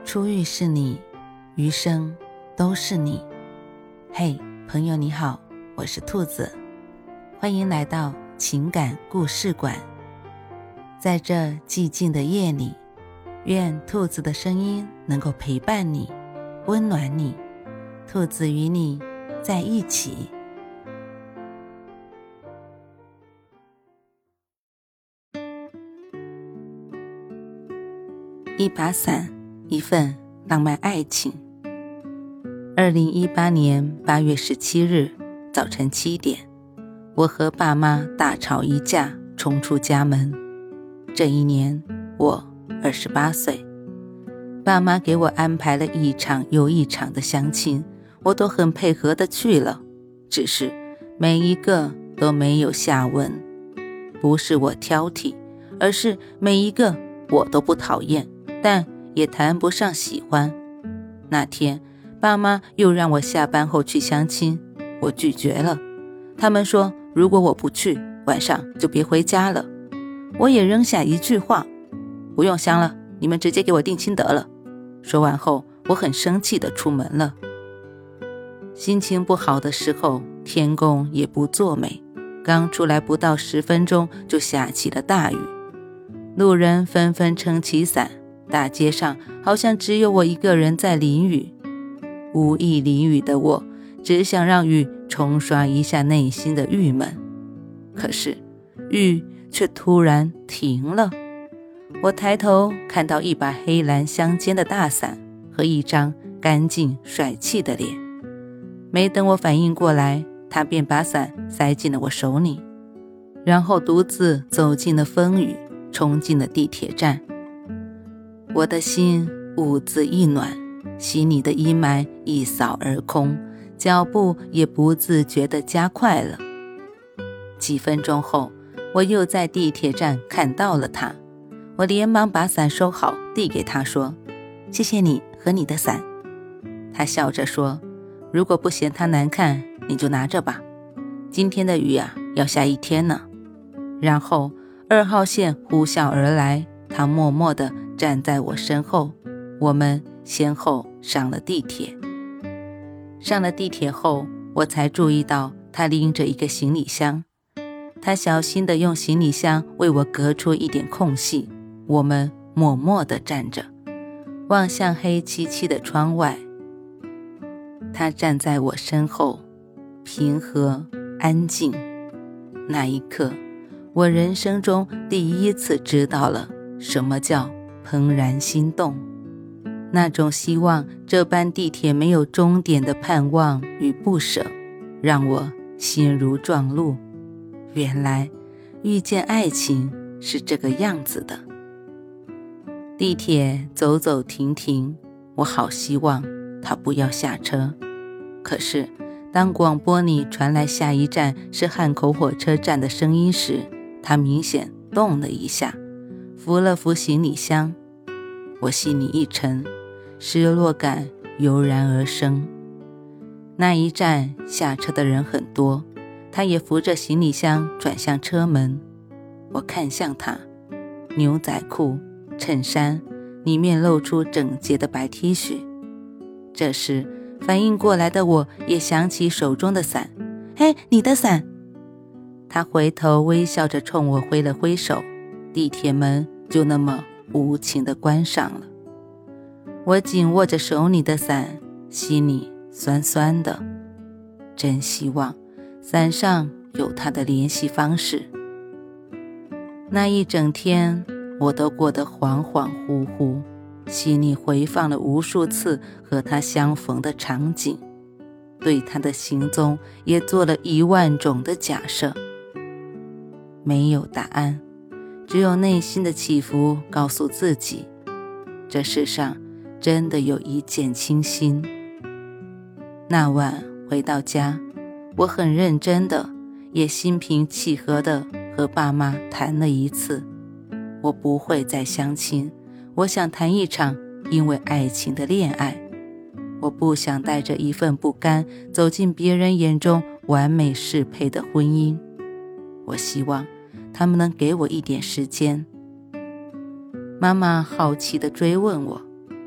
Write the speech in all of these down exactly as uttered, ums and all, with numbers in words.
初遇是你，余生都是你。嘿，朋友你好，我是兔子，欢迎来到情感故事馆。在这寂静的夜里，愿兔子的声音能够陪伴你，温暖你。兔子与你在一起。一把伞，一份浪漫爱情。二零一八年八月十七日早晨七点，我和爸妈大吵一架，冲出家门。这一年我二十八岁，爸妈给我安排了一场又一场的相亲，我都很配合的去了，只是每一个都没有下文。不是我挑剔，而是每一个我都不讨厌，但也谈不上喜欢。那天爸妈又让我下班后去相亲，我拒绝了。他们说如果我不去，晚上就别回家了。我也扔下一句话，不用相了，你们直接给我定亲得了。说完后，我很生气地出门了。心情不好的时候，天公也不作美，刚出来不到十分钟就下起了大雨。路人纷纷撑起伞，大街上好像只有我一个人在淋雨。无意淋雨的我，只想让雨冲刷一下内心的郁闷。可是雨却突然停了。我抬头看到一把黑蓝相间的大伞和一张干净帅气的脸。没等我反应过来，他便把伞塞进了我手里，然后独自走进了风雨，冲进了地铁站。我的心兀自一暖，心里的阴霾一扫而空，脚步也不自觉地加快了。几分钟后，我又在地铁站看到了他，我连忙把伞收好，递给他说：谢谢你和你的伞。他笑着说：如果不嫌它难看，你就拿着吧，今天的雨啊，要下一天呢。然后二号线呼啸而来，他默默地站在我身后，我们先后上了地铁。上了地铁后，我才注意到他拎着一个行李箱，他小心地用行李箱为我隔出一点空隙，我们默默地站着，望向黑漆漆的窗外。他站在我身后，平和安静。那一刻，我人生中第一次知道了什么叫怦然心动，那种希望这班地铁没有终点的盼望与不舍，让我心如撞鹿。原来遇见爱情是这个样子的。地铁走走停停，我好希望他不要下车。可是当广播里传来下一站是汉口火车站的声音时，他明显动了一下，扶了扶行李箱。我心里一沉，失落感油然而生。那一站下车的人很多，他也扶着行李箱转向车门。我看向他，牛仔裤、衬衫，里面露出整洁的白 T 恤。这时反应过来的我也想起手中的伞，嘿，你的伞！他回头微笑着冲我挥了挥手，地铁门就那么无情地关上了。我紧握着手里的伞，心里酸酸的，真希望伞上有他的联系方式。那一整天我都过得恍恍惚惚，心里回放了无数次和他相逢的场景，对他的行踪也做了一万种的假设。没有答案，只有内心的起伏告诉自己，这世上真的有一见倾心。那晚回到家，我很认真的，也心平气和的和爸妈谈了一次，我不会再相亲，我想谈一场因为爱情的恋爱。我不想带着一份不甘走进别人眼中完美适配的婚姻。我希望他们能给我一点时间。妈妈好奇地追问我，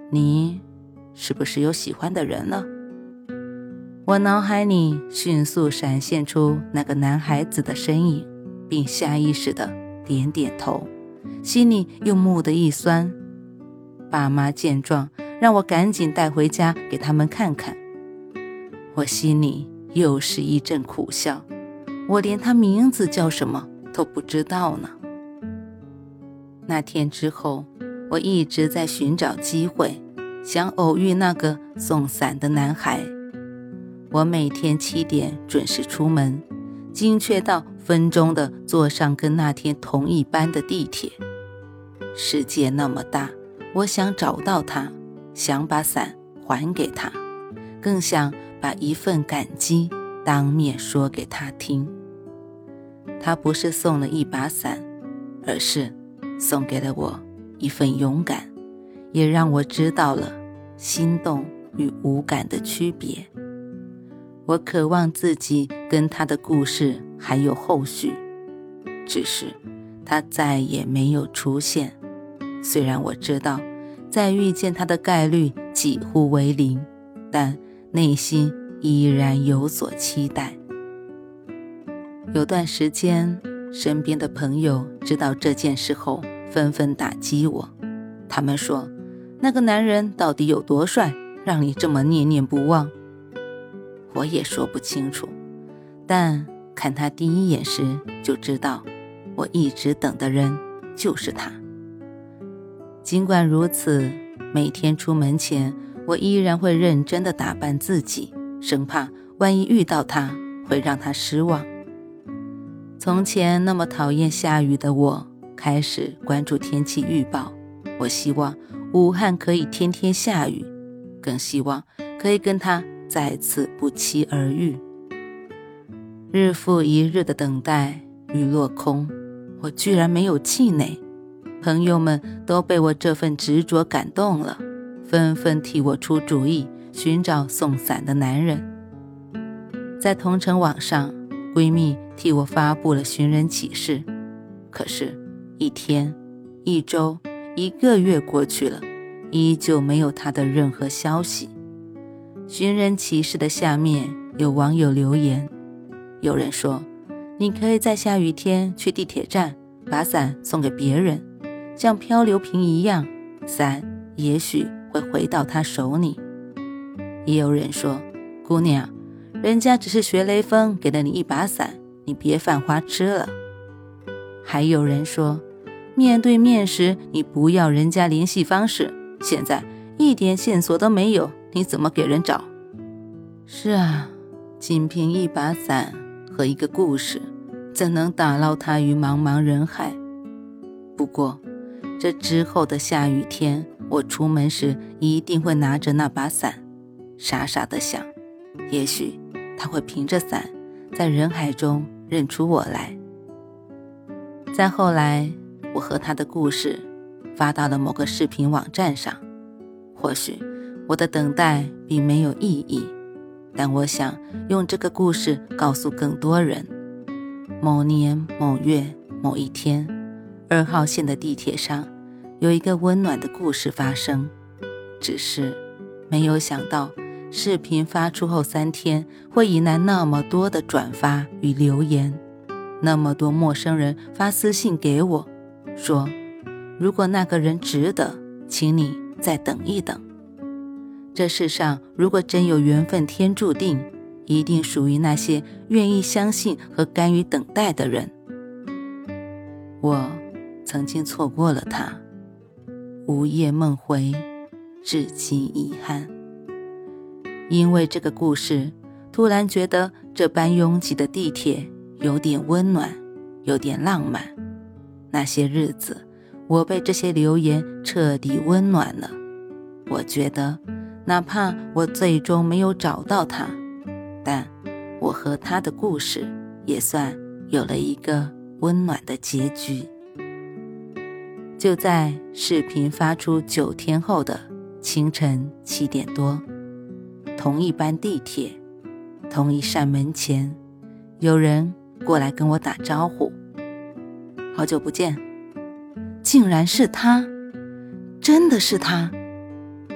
你是不是有喜欢的人了？我脑海里迅速闪现出那个男孩子的身影，并下意识地点点头，心里又蓦地一酸。爸妈见状，让我赶紧带回家给他们看看。我心里又是一阵苦笑，我连他名字叫什么都不知道呢。那天之后，我一直在寻找机会，想偶遇那个送伞的男孩。我每天七点准时出门，精确到分钟地坐上跟那天同一班的地铁。世界那么大，我想找到他，想把伞还给他，更想把一份感激当面说给他听。他不是送了一把伞，而是送给了我一份勇敢，也让我知道了心动与无感的区别。我渴望自己跟他的故事还有后续，只是他再也没有出现。虽然我知道再遇见他的概率几乎为零，但内心依然有所期待。有段时间，身边的朋友知道这件事后纷纷打击我，他们说那个男人到底有多帅，让你这么念念不忘。我也说不清楚，但看他第一眼时就知道，我一直等的人就是他。尽管如此，每天出门前，我依然会认真地打扮自己，生怕万一遇到他会让他失望。从前那么讨厌下雨的我，开始关注天气预报。我希望武汉可以天天下雨，更希望可以跟他再次不期而遇。日复一日的等待与落空，我居然没有气馁。朋友们都被我这份执着感动了，纷纷替我出主意，寻找送伞的男人。在同城网上，闺蜜替我发布了寻人启事，可是一天、一周、一个月过去了，依旧没有他的任何消息。寻人启事的下面有网友留言，有人说，你可以在下雨天去地铁站，把伞送给别人，像漂流瓶一样，伞也许会回到他手里。也有人说，姑娘，人家只是学雷锋给了你一把伞，你别犯花痴了。还有人说，面对面时你不要人家联系方式，现在一点线索都没有，你怎么给人找？是啊，仅凭一把伞和一个故事，怎能打捞他于茫茫人海？不过这之后的下雨天，我出门时一定会拿着那把伞，傻傻地想，也许他会凭着伞在人海中认出我来。再后来，我和他的故事发到了某个视频网站上。或许我的等待并没有意义，但我想用这个故事告诉更多人，某年某月某一天，二号线的地铁上有一个温暖的故事发生。只是没有想到，视频发出后三天会引来那么多的转发与留言，那么多陌生人发私信给我，说如果那个人值得，请你再等一等。这世上如果真有缘分天注定，一定属于那些愿意相信和甘于等待的人。我曾经错过了他，午夜梦回，至今遗憾。因为这个故事，突然觉得这般拥挤的地铁有点温暖，有点浪漫。那些日子，我被这些留言彻底温暖了。我觉得哪怕我最终没有找到他，但我和他的故事也算有了一个温暖的结局。就在视频发出九天后的清晨七点多，同一班地铁，同一扇门前，有人过来跟我打招呼，好久不见。竟然是他，真的是他。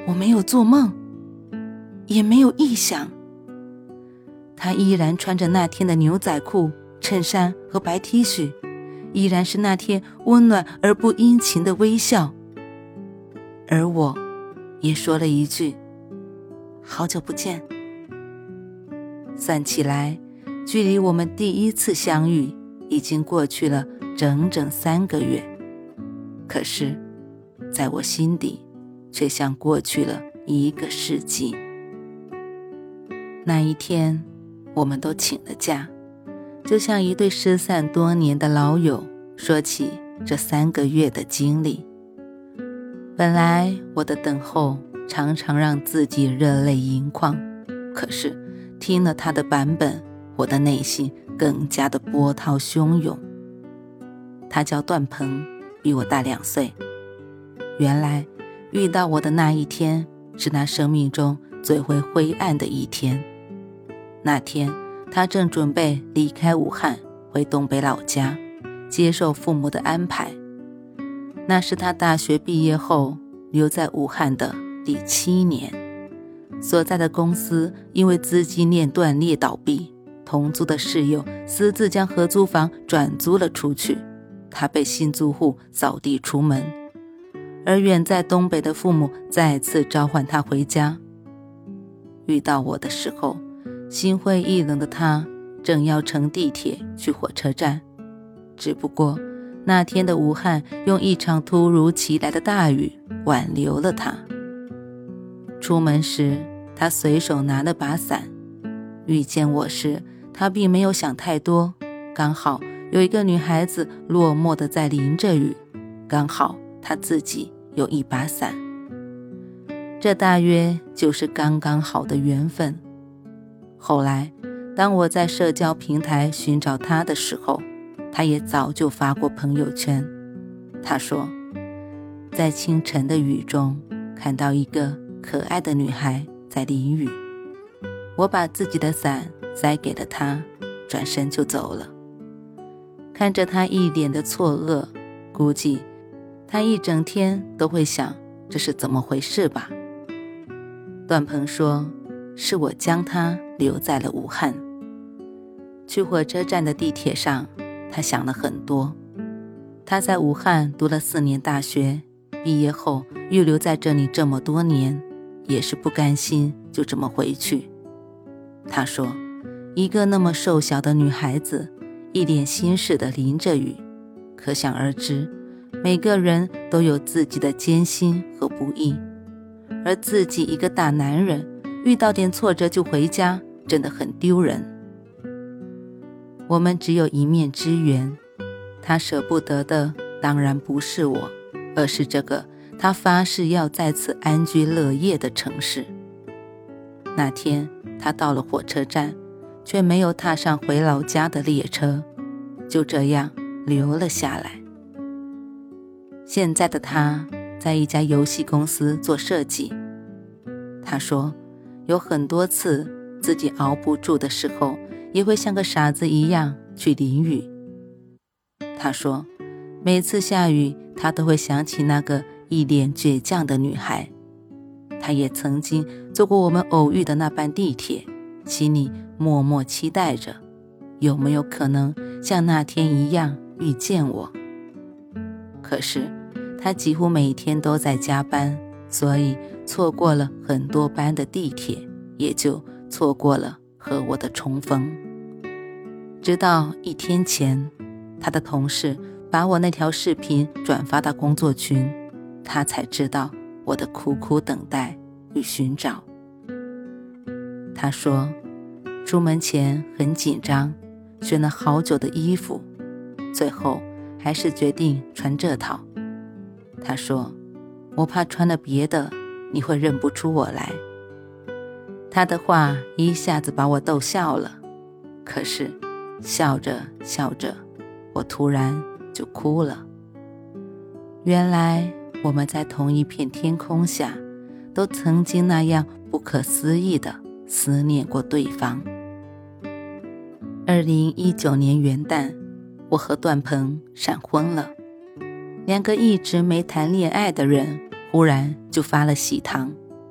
我没有做梦，也没有臆想。他依然穿着那天的牛仔裤、衬衫和白 T 恤，依然是那天温暖而不殷勤的微笑。而我也说了一句好久不见。算起来，距离我们第一次相遇已经过去了整整三个月，可是在我心底却像过去了一个世纪。那一天我们都请了假，就像一对失散多年的老友说起这三个月的经历。本来我的等候常常让自己热泪盈眶，可是听了他的版本，我的内心更加的波涛汹涌。他叫段鹏，比我大两岁。原来遇到我的那一天是他生命中最为灰暗的一天。那天他正准备离开武汉回东北老家，接受父母的安排。那是他大学毕业后留在武汉的第七年，所在的公司因为资金链断裂倒闭，同租的室友私自将合租房转租了出去，他被新租户扫地出门。而远在东北的父母再次召唤他回家。遇到我的时候，心灰意冷的他正要乘地铁去火车站，只不过那天的武汉用一场突如其来的大雨挽留了他。出门时他随手拿了把伞，遇见我时他并没有想太多，刚好有一个女孩子落寞地在淋着雨，刚好他自己有一把伞，这大约就是刚刚好的缘分。后来当我在社交平台寻找他的时候，他也早就发过朋友圈。他说，在清晨的雨中看到一个可爱的女孩在淋雨，我把自己的伞塞给了她，转身就走了。看着她一脸的错愕，估计她一整天都会想这是怎么回事吧。段鹏说，是我将她留在了武汉。去火车站的地铁上，他想了很多。他在武汉读了四年大学，毕业后又留在这里这么多年，也是不甘心就这么回去。他说，一个那么瘦小的女孩子，一脸心事地淋着雨，可想而知，每个人都有自己的艰辛和不易，而自己一个大男人，遇到点挫折就回家，真的很丢人。我们只有一面之缘，他舍不得的当然不是我，而是这个他发誓要在此安居乐业的城市。那天他到了火车站，却没有踏上回老家的列车，就这样留了下来。现在的他在一家游戏公司做设计。他说，有很多次自己熬不住的时候，也会像个傻子一样去淋雨。他说，每次下雨，他都会想起那个一脸倔强的女孩。他也曾经坐过我们偶遇的那班地铁，心里默默期待着，有没有可能像那天一样遇见我。可是他几乎每天都在加班，所以错过了很多班的地铁，也就错过了和我的重逢。直到一天前，他的同事把我那条视频转发到工作群，他才知道我的苦苦等待与寻找。他说，出门前很紧张，选了好久的衣服，最后还是决定穿这套。他说，我怕穿了别的你会认不出我来。他的话一下子把我逗笑了，可是笑着笑着，我突然就哭了。原来我们在同一片天空下，都曾经那样不可思议地思念过对方。二零一九年元旦，我和段鹏闪婚了。两个一直没谈恋爱的人，忽然就发了喜糖，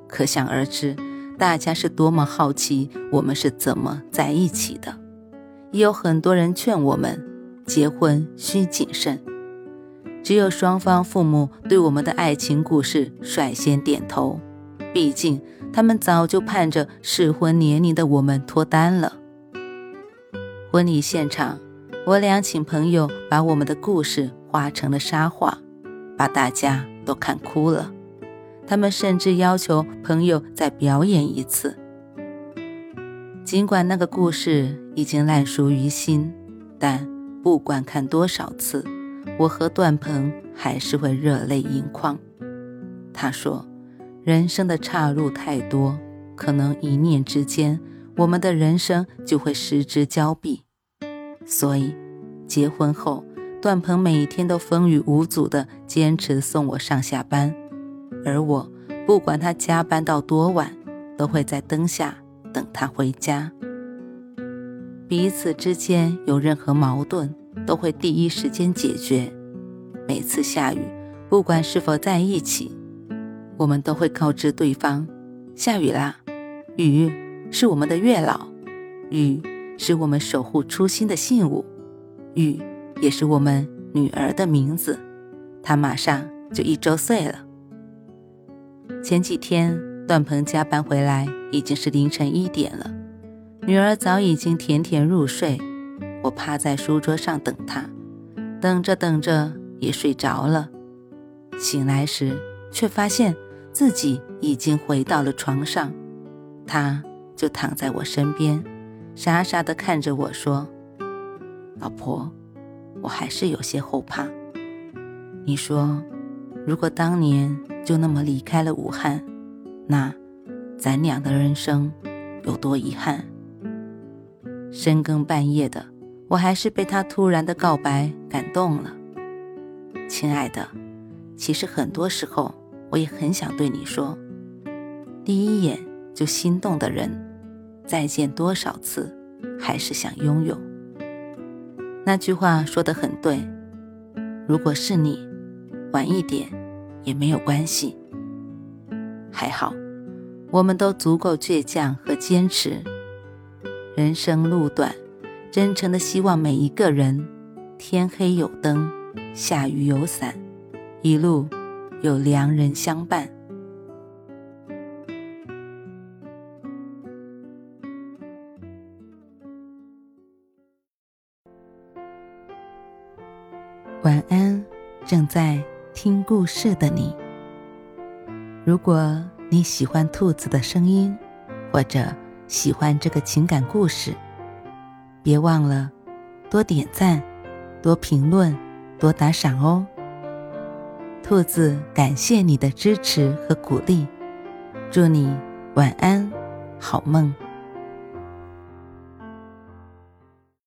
可想而知，大家是多么好奇我们是怎么在一起的。也有很多人劝我们，结婚需谨慎。只有双方父母对我们的爱情故事率先点头，毕竟他们早就盼着适婚年龄的我们脱单了。婚礼现场，我俩请朋友把我们的故事画成了沙画，把大家都看哭了。他们甚至要求朋友再表演一次。尽管那个故事已经烂熟于心，但不管看多少次，我和段鹏还是会热泪盈眶。他说，人生的岔路太多，可能一念之间，我们的人生就会失之交臂。所以结婚后，段鹏每天都风雨无阻地坚持送我上下班，而我不管他加班到多晚，都会在灯下等他回家。彼此之间有任何矛盾，都会第一时间解决。每次下雨，不管是否在一起，我们都会告知对方，下雨啦，雨是我们的月老，雨是我们守护初心的信物，雨也是我们女儿的名字，她马上就一周岁了。前几天段鹏加班回来，已经是凌晨一点了，女儿早已经甜甜入睡，我趴在书桌上等她，等着等着也睡着了。醒来时却发现自己已经回到了床上，她就躺在我身边，傻傻地看着我说，老婆，我还是有些后怕。你说，如果当年就那么离开了武汉，那咱俩的人生有多遗憾。深更半夜的，我还是被他突然的告白感动了。亲爱的，其实很多时候我也很想对你说，第一眼就心动的人，再见多少次还是想拥有。那句话说得很对，如果是你，晚一点也没有关系。还好，我们都足够倔强和坚持。人生路短，真诚的希望每一个人，天黑有灯，下雨有伞，一路有良人相伴。晚安，正在听故事的你。如果你喜欢兔子的声音，或者喜欢这个情感故事，别忘了多点赞、多评论、多打赏哦。兔子感谢你的支持和鼓励，祝你晚安，好梦。